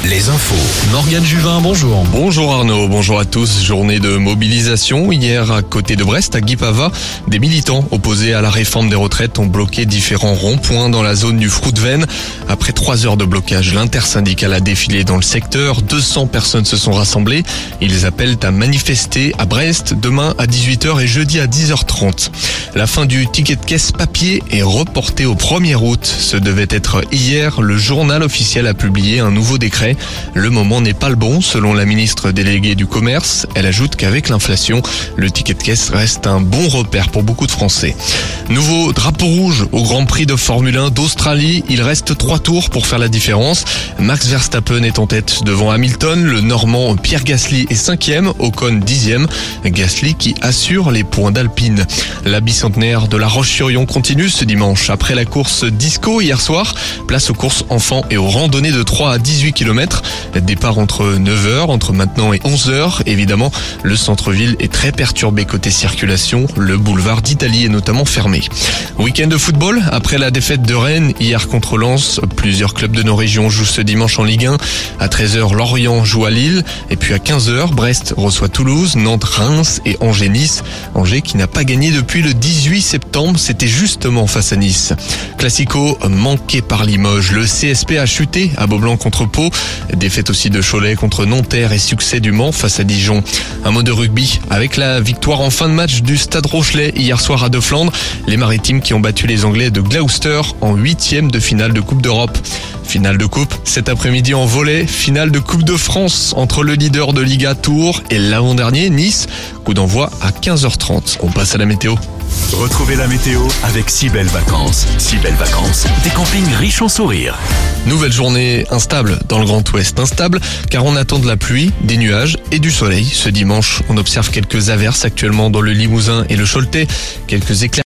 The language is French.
les infos. Morgane Juvin, bonjour. Bonjour Arnaud, bonjour à tous. Journée de mobilisation hier à côté de Brest, à Guipava. Des militants opposés à la réforme des retraites ont bloqué différents ronds-points dans la zone du Froudven. Après 3 heures de blocage, l'intersyndicale a défilé dans le secteur. 200 personnes se sont rassemblées. Ils appellent à manifester à Brest demain à 18h et jeudi à 10h30. La fin du ticket de caisse papier est reportée au 1er août. Ce devait être hier. Le journal officiel a publié un nouveau décret. Le moment n'est pas le bon, selon la ministre déléguée du Commerce. Elle ajoute qu'avec l'inflation, le ticket de caisse reste un bon repère pour beaucoup de Français. Nouveau drapeau rouge au Grand Prix de Formule 1 d'Australie. Il reste 3 tours pour faire la différence. Max Verstappen est en tête devant Hamilton. Le Normand Pierre Gasly est 5e, Ocon 10e. Gasly qui assure les points d'Alpine. La bicentenaire de La Roche-sur-Yon continue ce dimanche. Après la course disco hier soir, place aux courses enfants et aux randonnées de 3 à 18 km. Départ entre 9h, entre maintenant et 11h. Évidemment, le centre-ville est très perturbé côté circulation. Le boulevard d'Italie est notamment fermé. Week-end de football, après la défaite de Rennes hier contre Lens, plusieurs clubs de nos régions jouent ce dimanche en Ligue 1. À 13h, Lorient joue à Lille. Et puis à 15h, Brest reçoit Toulouse, Nantes, Reims et Angers-Nice. Angers qui n'a pas gagné depuis le 18 septembre, c'était justement face à Nice. Classico manqué par Limoges. Le CSP a chuté à Beaublanc contre Pau. Défaite aussi de Cholet contre Nanterre et succès du Mans face à Dijon. Un mot de rugby avec la victoire en fin de match du Stade Rochelet hier soir à De-Flandre. Les Maritimes qui ont battu les Anglais de Gloucester en 8e de finale de Coupe d'Europe. Finale de Coupe cet après-midi en volley. Finale de Coupe de France entre le leader de Liga Tours et l'avant-dernier Nice. Coup d'envoi à 15h30. On passe à la météo. Retrouvez la météo avec Si Belles Vacances. Si Belles Vacances, des campings riches en sourires. Nouvelle journée instable dans le Grand Ouest. Instable car on attend de la pluie, des nuages et du soleil. Ce dimanche, on observe quelques averses actuellement dans le Limousin et le Choletais. Quelques éclairs